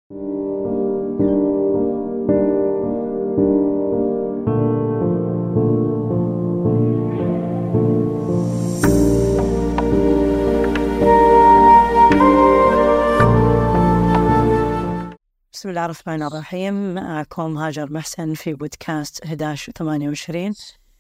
بسم الله الرحمن الرحيم. معكم هاجر محسن في بودكاست 11/28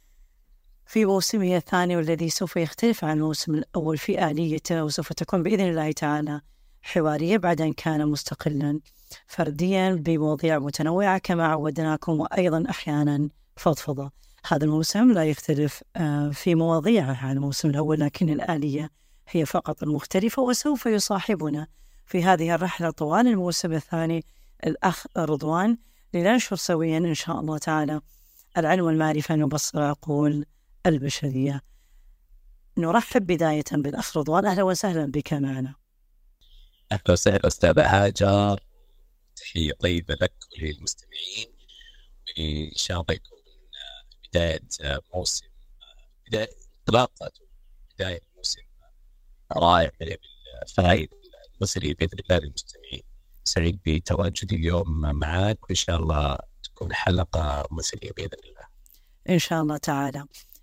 في موسمه الثاني، والذي سوف يختلف عن الموسم الأول في آليته، وسوف تكون بإذن الله تعالى حوارية بعد أن كان مستقلا فرديا بمواضيع متنوعة كما عودناكم، وأيضا أحيانا فضفضة. هذا الموسم لا يختلف في مواضيعه عن الموسم الأول، لكن الآلية هي فقط المختلفة. وسوف يصاحبنا في هذه الرحلة طوال الموسم الثاني الأخ رضوان، لننشر سويا إن شاء الله تعالى العلم والمعرفة نبصر عقول البشرية. نرحب بداية بالأخ رضوان، أهلا وسهلا بك معنا. أهلا وسهلا أستاذ هاجر، تحية طيبة لك وللمستمعين. إن شاء الله يكون بداية موسم، بداية انطلاقة بداية موسم رائع بالفائدة المثرية بإذن الله للمستمعين. سعيد بتواجدي اليوم معك، وإن شاء الله تكون حلقة مثرية بإذن الله إن شاء الله تعالى.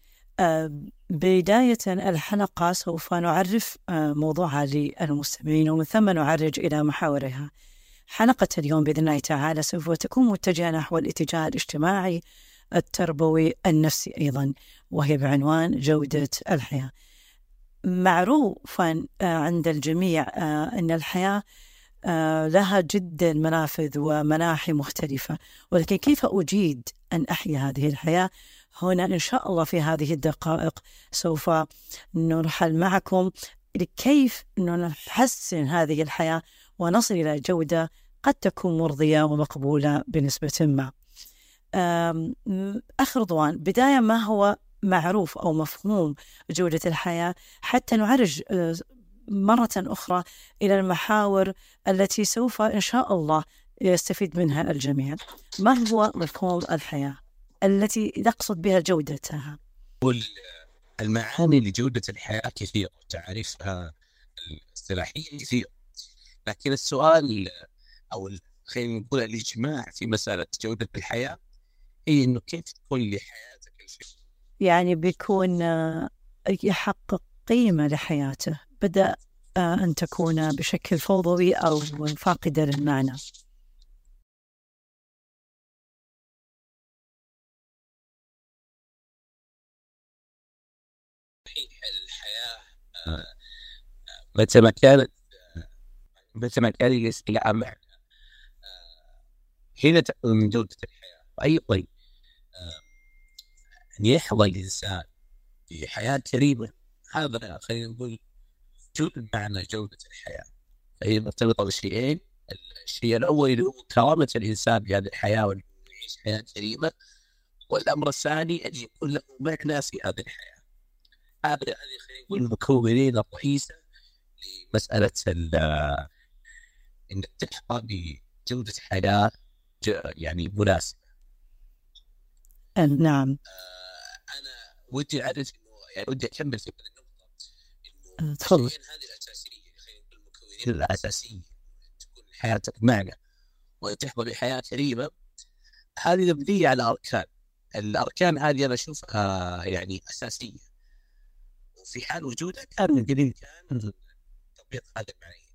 بداية الحلقة سوف نعرف موضوعها للمستمعين، ومن ثم نعرج إلى محاورها. حلقة اليوم بإذن الله تعالى سوف تكون متجهة نحو الاتجاه الاجتماعي التربوي النفسي أيضا، وهي بعنوان جودة الحياة. معروفا عند الجميع أن الحياة لها جدا منافذ ومناحي مختلفة، ولكن كيف أجيد أن أحيا هذه الحياة؟ هنا إن شاء الله في هذه الدقائق سوف نرحل معكم لكيف نحسن هذه الحياة ونصل إلى جودة قد تكون مرضية ومقبولة بنسبة ما. أخ رضوان، بداية ما هو معروف أو مفهوم جودة الحياة، حتى نعرج مرة أخرى إلى المحاور التي سوف إن شاء الله يستفيد منها الجميع. ما هو مفهوم الحياة التي نقصد بها جودتها؟ المعاني لجودة الحياة كثيرة، تعرفها الاصطلاحية كثيرة، لكن السؤال أو خلينا نقول الإجماع في مسألة جودة الحياة هي إنه كيف تكون لحياتك الفكرة، يعني بيكون يحقق قيمة لحياته، بدأ أن تكون بشكل فوضوي أو فاقدة للمعنى. الحياة متى ما كان الاستيلاء معنا هنا تكون من جودة الحياة. وأيضا أن يحظى الإنسان بحياة كريمة، هذا خلينا نقول جود معنى جودة الحياة. فهي مرتبطة بشيئين، الشيء الأول هو كرامة الإنسان بهذه الحياة وأن يعيش حياة كريمة، والأمر الثاني أن يكون له معنى في هذه الحياة. هذه خلينا نقول المكونين الرئيسة لمسألة إنك تحظى بجودة حياة يعني مناسبة. نعم. أنا ودي أعرف يعني ودي أكمل في النقطة تفضل. هذه الأساسية، خلينا نقول المكونين الأساسية تكون حياتك معنى وتحظى بحياة كريمة. هذه مبنية على أركان. الأركان هذه أنا أشوفها يعني أساسية، وفي حال وجودها كان بالإمكان تطبيق هذا المعايير.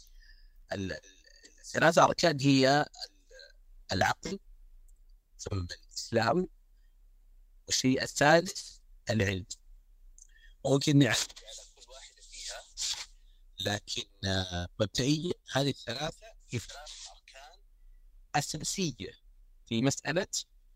الثلاثة أركان هي العقل، ثم الإسلام، والشيء الثالث العلم. ممكن نعرف على كل واحدة فيها، لكن مبدئيا هذه الثلاثة هي ثلاث أركان أساسية في مسألة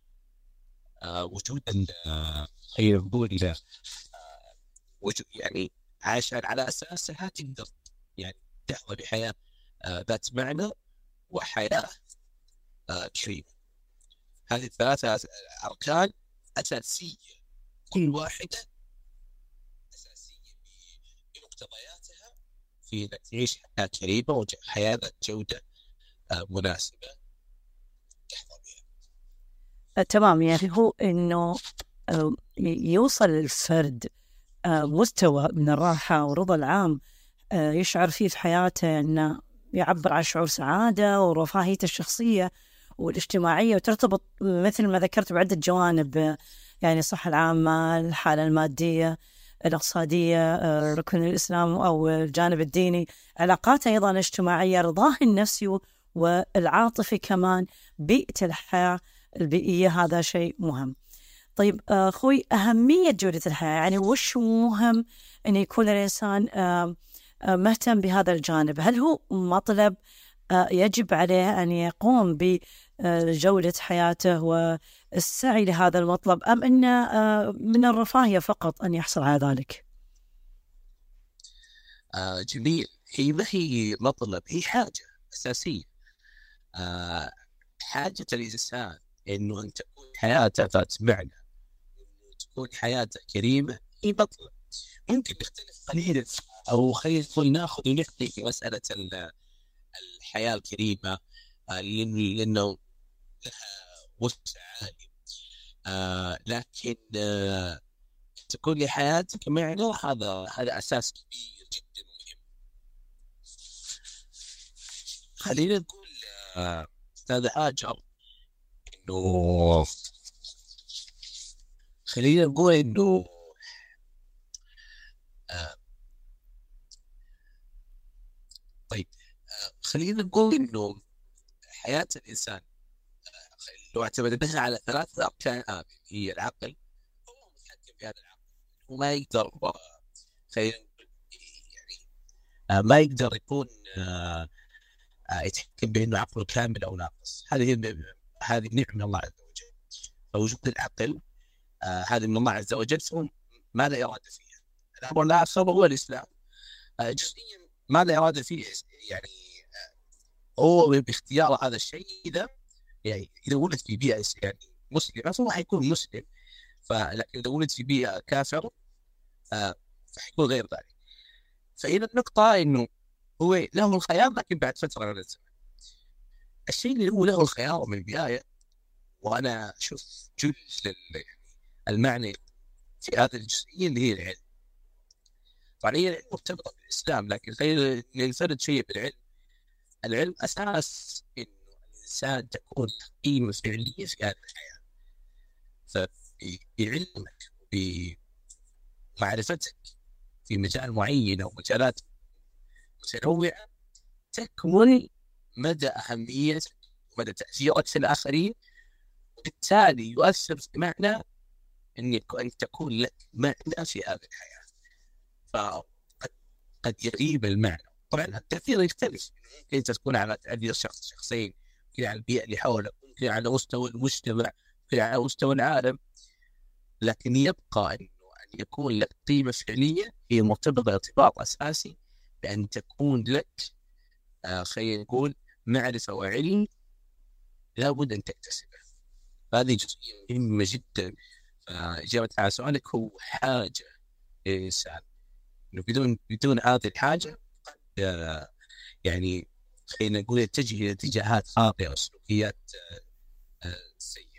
وجود خير نقول وجود، يعني عشان على أساسها تقدر يعني تحظى بحياة ذات معنى وحياة كريمة. هذه الثلاثة أركان أساسية، كل واحدة أساسية بمقتضياتها في أنك تعيش حياة كريمة وحياة ذات جودة مناسبة تحظى بها. تمام. يعني هو إنه يوصل الفرد مستوى من الراحة ورضا العام يشعر فيه في حياته أن يعبر عن شعور سعادة ورفاهيته الشخصية والاجتماعية، وترتبط مثل ما ذكرت بعدة جوانب، يعني الصحة العامة، الحالة المادية، الاقتصادية، ركن الإسلام أو الجانب الديني، علاقاته أيضا الاجتماعية، رضاه النفسي والعاطفي كمان، بيئة الحياة البيئية، هذا شيء مهم. طيب أخوي، أهمية جودة الحياة، يعني وش مهم أن يكون الإنسان مهتم بهذا الجانب؟ هل هو مطلب يجب عليه أن يقوم بجودة حياته والسعي لهذا المطلب، أم أن من الرفاهية فقط أن يحصل على ذلك؟ جميل. هي ما هي مطلب، هي حاجة أساسية. حاجة الإنسان إنه أن تكون حياته ذات معنى، إنه تكون حياته كريمة، هي مطلب. ممكن نختلف قليلا، أو خلينا نقول ناخذ ونحكي في مسألة الحياة الكريمة، لأنه لها وسع عالي. لكن تكون لحياتك معنى، هذا أساس كبير جدا مهم. خلينا نقول أستاذ هاجر إنه طيب خلينا نقول إنه حياة الإنسان لو اعتمدناها على 3 أركان هذه، هي العقل، هو متحكم في هذا العقل، وما يقدر خلينا نقول يعني ما يقدر يكون يتحكم بأنه عقله كامل أو ناقص. هذه نعمة من الله عز وجل. فوجود العقل هذه من الله عز وجل، ثم ما لا إرادة فيها. الأمر الآخر هو الإسلام، جزئيا ما لا إرادة فيه، يعني هو باختيار هذا الشيء. إذا ولد في بيئة يعني مسلمة فهو حيكون مسلم، لكن إذا ولد في بيئة كافر فحيكون غير ذلك. فإذا النقطة إنه هو له الخيار، لكن بعد فترة من الزمن. الشيء اللي هو له الخيار من البداية، وأنا أشوف جزء المعنى في هذا الجزئية اللي هي العلم. طبعا هي العلم مرتبطة بالإسلام، لكن خلينا ننفرد شيء بالعلم. العلم أساس إنه الإنسان تكون قيمة فعلية في هذه الحياة. فبعلمك وبمعرفتك في مجال معين أو مجالات متنوعة تكمن مدى أهمية ومدى تأثيرك في الآخرين، وبالتالي يؤثر في معنى أن تكون لك معنى في هذه الحياة. فقد يغيب المعنى. طبعا التأثير يختلف، ممكن تكون على تأثير شخصين، ممكن على البيئة اللي حولك، ممكن على مستوى المجتمع، ممكن على مستوى العالم، لكن يبقى أن يكون لك قيمة فعلية هي مرتبطة ارتباط أساسي بأن تكون لك خلينا نقول معرفة وعلم لابد أن تكتسبه. هذه جزئية مهمة جدا. إجابة على سؤالك، هو حاجة للإنسان، إنه بدون هذه الحاجة يعني خلينا نقول يتجه إلى اتجاهات خاطئة وسلوكيات سيئة.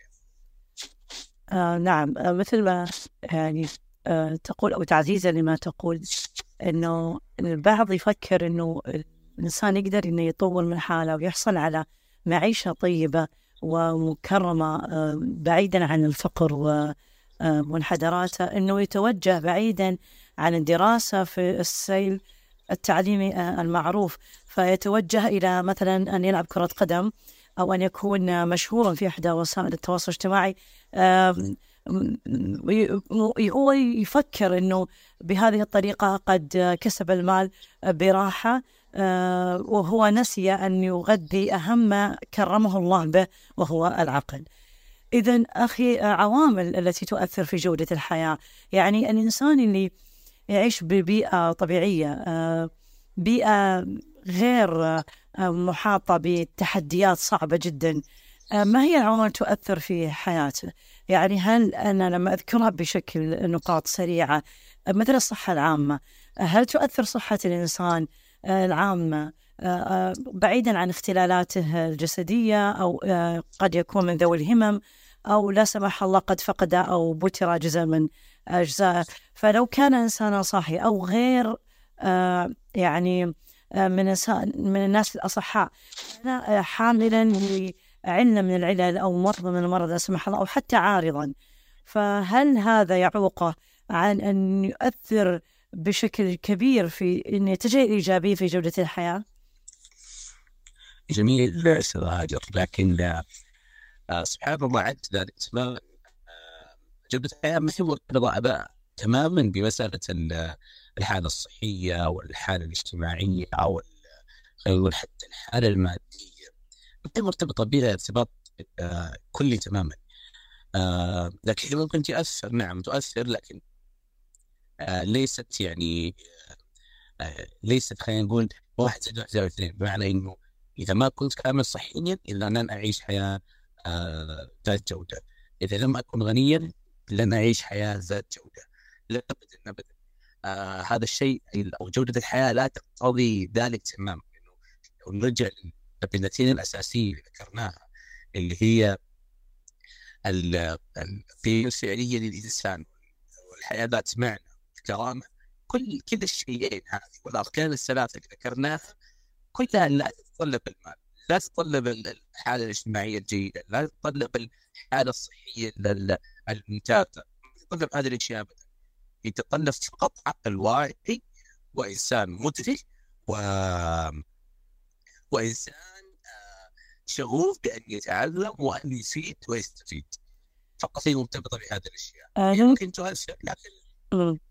نعم، مثل ما يعني تقول، أو تعزيزا لما تقول، إنه البعض يفكر إنه الإنسان يقدر إنه يطور من حاله ويحصل على معيشة طيبة ومكرمة بعيدا عن الفقر ومنحدراته، إنه يتوجه بعيدا عن الدراسة في السيل التعليمي المعروف، فيتوجه إلى مثلا أن يلعب كرة قدم، أو أن يكون مشهورا في إحدى وسائل التواصل الاجتماعي. هو يفكر أنه بهذه الطريقة قد كسب المال براحة، وهو نسي أن يغذي أهم ما كرمه الله به، وهو العقل. إذن أخي، عوامل التي تؤثر في جودة الحياة، يعني الإنسان اللي يعيش ببيئة طبيعية، بيئة غير محاطة بتحديات صعبة جدا، ما هي العوامل تؤثر في حياته؟ يعني هل أنا لما أذكرها بشكل نقاط سريعة، مثل الصحة العامة، هل تؤثر صحة الإنسان العامة بعيدا عن اختلالاته الجسدية، أو قد يكون من ذوي الهمم، أو لا سمح الله قد فقد أو بتر جزء من أجزاء؟ فلو كان إنسانا صاحي أو غير يعني من الناس الأصحاء. أنا حاملا لعلة من العلل أو مرض من المرض لا سمح الله، أو حتى عارضا، فهل هذا يعوقه عن أن يؤثر بشكل كبير في النتيجة الإيجابية في جودة الحياة؟ جميل أستاذ هاجر، لكن سبحان الله عد ذلك تماما. جودة الحياة ما هي مرتبطة تماما بمسألة الحالة الصحية والحالة الاجتماعية أو حتى الحالة المادية، هي مرتبطة بها ارتباط كلي تماما. لكن ممكن تؤثر، نعم تؤثر، لكن ليست يعني ليست خلينا نقول 1+1=2، بمعنى إنه إذا ما كنت كامل صحيا إلا لن أعيش حياة ذات جودة، إذا لم أكن غنيا لن أعيش حياة ذات جودة، لا أبدا أبدا. هذا الشيء أو جودة الحياة لا تقتضي ذلك تماما. إنه نرجع للبنتين الأساسية اللي ذكرناها، اللي هي القيم الفعلية للإنسان والحياة ذات معنى الكرامة، كل الشيئين هذه والأركان الثلاثة اللي ذكرناها كلها لا تتطلب المال، لا تتطلب الحالة الاجتماعية الجيدة، لا تتطلب الحالة الصحية الممتازة، لا تتطلب هذه الأشياء أبدا. يتطلب فقط عقل واعي وإنسان مدرك وإنسان شغوف بأن يتعلم وأن يفيد ويستفيد. فقط هي مرتبطة بهذه الأشياء. يمكن تؤثر لكن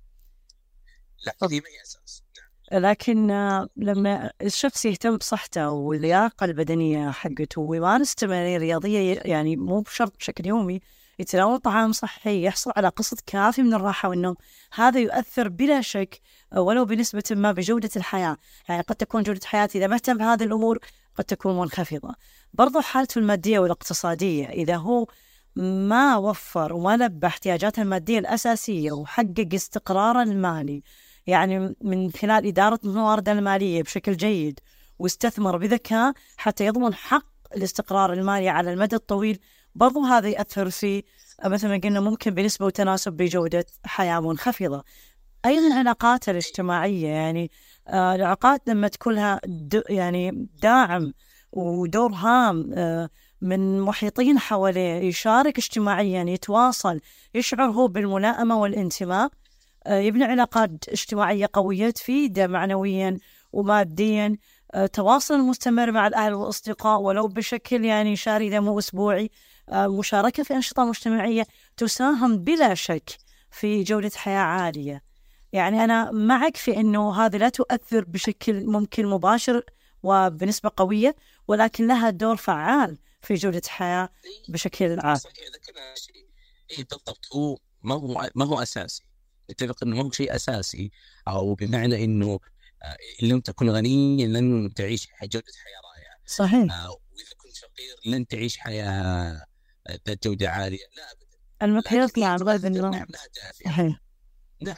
هي ما هي أساس. لكن لما الشخص يهتم بصحته واللياقة البدنية حقته ويمارس تمارين رياضية، يعني مو بشرط بشكل يومي، يتناول طعام صحي، يحصل على قسط كافي من الراحة والنوم، هذا يؤثر بلا شك ولو بنسبة ما بجودة الحياة. يعني قد تكون جودة حياتي إذا ما اهتم بهذه الأمور قد تكون منخفضة. برضو حالته المادية والاقتصادية، إذا هو ما وفر وما لبى احتياجاته المادية الأساسية وحقق استقرار المالي، يعني من خلال إدارة موارده المالية بشكل جيد واستثمر بذكاء حتى يضمن حق الاستقرار المالي على المدى الطويل، برضو هذا يأثر في مثل ما قلنا ممكن بنسبة وتناسب بجودة حياة منخفضة. أيضا العلاقات الاجتماعية، يعني العلاقات لما تكون لها يعني داعم ودور هام من محيطين حواليه، يشارك اجتماعيا، يتواصل، يشعر هو بالملائمة والانتماء، يبني علاقات اجتماعية قوية تفيده معنويا وماديا، تواصل مستمر مع الأهل والأصدقاء ولو بشكل يعني شهري إذا مو أسبوعي، مشاركة في أنشطة مجتمعية تساهم بلا شك في جودة حياة عالية. يعني أنا معك في أنه هذه لا تؤثر بشكل ممكن مباشر وبنسبة قوية، ولكن لها دور فعال في جودة حياة بشكل عام. ذكرنا شيء بالضبط، هو ما هو أساسي. اتفق انه هو شيء اساسي، او بمعنى انه ان لم تكن غنيا لن تعيش جوده حياه رائعه. صحيح. واذا كنت فقير لن تعيش حياه ذات جوده عاليه، لا ابدا. المقياس نعم غير نعم صحيح. نعم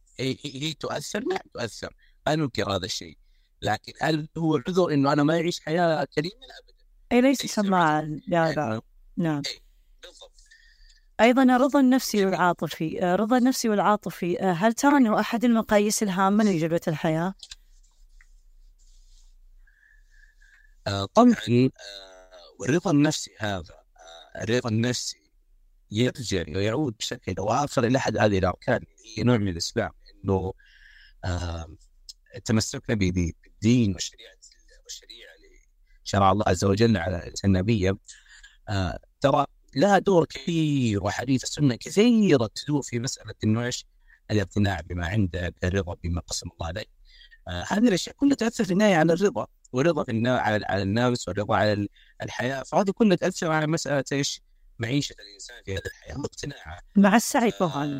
هي تؤثر، نعم تؤثر، لا ننكر هذا الشيء، لكن هل هو عذر انه انا ما اعيش حياه كريمه؟ لا ابدا. اي ليس سماعا لا. نعم. بالضبط. أيضا الرضا النفسي والعاطفي. الرضا النفسي والعاطفي، هل ترى أنه أحد المقاييس الهامة لجودة الحياة؟ طبعا. والرضا النفسي هذا الرضا النفسي يرجع ويعود بشكل وافر إلى أحد هذه الأركان، هي نوع من الإسلام، إنه تمسكنا بالدين والشريعة شرع الله عز وجل على النبي. ترى لها دور كثير، وحديث السنة كثيرة تدور في مسألة إنه إيش الاقتناع بما عندك، الرضا بما قسم الله عليك. هذه الأشياء كلها تأثر في النهاية على الرضا، والرضا في النهاية على النفس، والرضا على الحياة. فهذه كلها تأثر على مسألة إيش معيشة الإنسان في هذه الحياة واقتناعه مع السعي طبعا.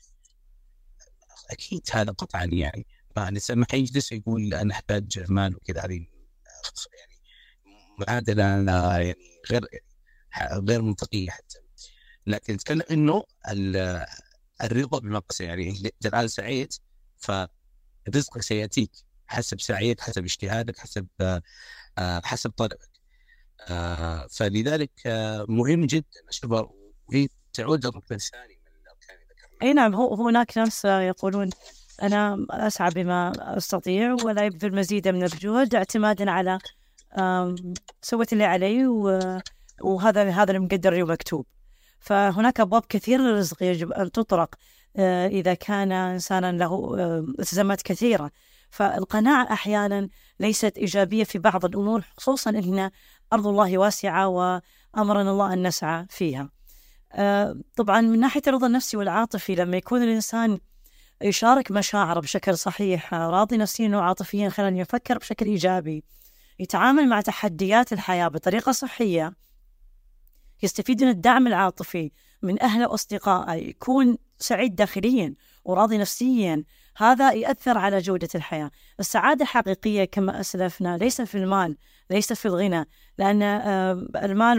أكيد هذا قطعا. يعني ما الإنسان ما حيجلس يقول أنا أحتاج مال وكذا، هذه يعني معادلة يعني غير منطقية حتى. لكن نتكلم إنه الرضا بما قسم، يعني الآن سعيت فرزقك سيأتيك حسب سعيك، حسب اجتهادك، حسب طلبك. فلذلك مهم جدا أشوفه، وهي تعود للركن الثاني من الأركان. أي نعم. هناك ناس يقولون أنا أسعى بما أستطيع ولا يبذل مزيدا من الجهد اعتمادا على سويت اللي علي وهذا المقدر ومكتوب. فهناك أبواب كثيرة للرزق يجب أن تطرق إذا كان إنسانا له التزامات كثيرة. فالقناعة أحيانا ليست إيجابية في بعض الأمور، خصوصا إن أرض الله واسعة وأمرنا الله أن نسعى فيها. طبعا من ناحية الرضا النفسي والعاطفي، لما يكون الإنسان يشارك مشاعره بشكل صحيح، راضي نفسيا وعاطفيا، خلينا يفكر بشكل إيجابي، يتعامل مع تحديات الحياة بطريقة صحية، يستفيد من الدعم العاطفي من أهله وأصدقائه، يكون سعيد داخليا وراضي نفسيا، هذا يأثر على جودة الحياة. السعادة الحقيقية كما أسلفنا ليس في المال، ليس في الغنى، لأن المال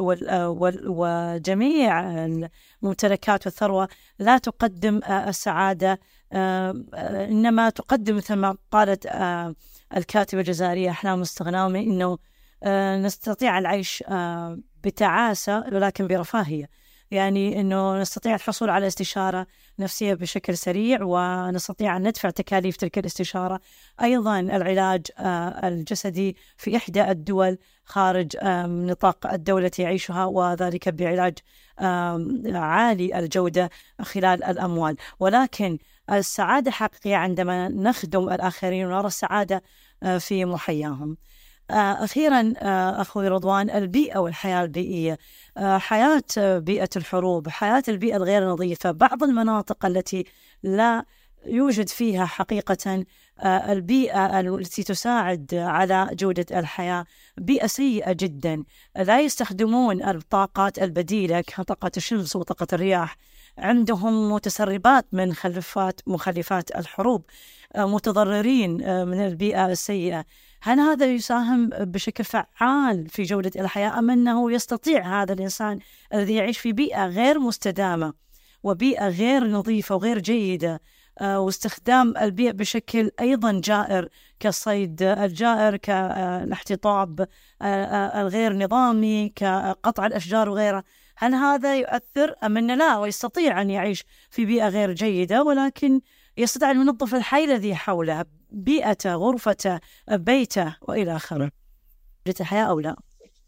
وجميع الممتلكات والثروة لا تقدم السعادة، إنما تقدم مثل ما قالت الكاتبة الجزائرية أحلام مستغنامي إنه نستطيع العيش بتعاسة ولكن برفاهية، يعني أنه نستطيع الحصول على استشارة نفسية بشكل سريع، ونستطيع أن ندفع تكاليف تلك الاستشارة. أيضا العلاج الجسدي في إحدى الدول خارج نطاق الدولة التي يعيشها، وذلك بعلاج عالي الجودة خلال الأموال. ولكن السعادة الحقيقية عندما نخدم الآخرين ونرى السعادة في محياهم. أخيرا أخوي رضوان، البيئة والحياة البيئية، حياة بيئة الحروب، حياة البيئة الغير نظيفة، بعض المناطق التي لا يوجد فيها حقيقة البيئة التي تساعد على جودة الحياة، بيئة سيئة جدا، لا يستخدمون الطاقات البديلة كطاقة الشمس وطاقة الرياح، عندهم متسربات من مخلفات الحروب، متضررين من البيئة السيئة. هل هذا يساهم بشكل فعال في جودة الحياة، أم أنه يستطيع هذا الإنسان الذي يعيش في بيئة غير مستدامة وبيئة غير نظيفة وغير جيدة، واستخدام البيئة بشكل أيضا جائر كالصيد الجائر، كالاحتطاب الغير نظامي، كقطع الأشجار وغيرها، هل هذا يؤثر أم أنه لا، ويستطيع أن يعيش في بيئة غير جيدة ولكن يستطيع أن ينظف الحي الذي حوله، بيئته، غرفته، بيته وإلى آخره؟ جودة الحياة أو لا؟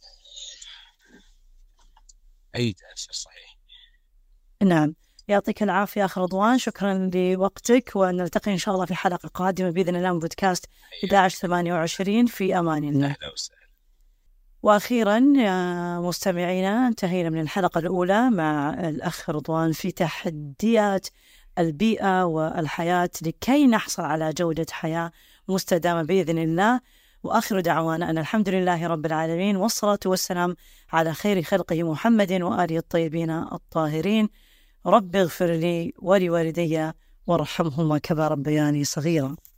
أي شيء صحيح. نعم، يعطيك العافية أخ رضوان، شكرا لوقتك، ونلتقي إن شاء الله في حلقة قادمة بإذن الله من بودكاست 11/28. في أمان الله. أهلا وسهلا. وأخيرا مستمعينا، انتهينا من الحلقة الأولى مع الأخ رضوان في تحديات البيئة والحياة لكي نحصل على جودة حياة مستدامة بإذن الله. وآخر دعوانا أن الحمد لله رب العالمين، والصلاة والسلام على خير خلقه محمد وآله الطيبين الطاهرين. رب اغفر لي ولوالدي وارحمهما كما ربياني صغيرا.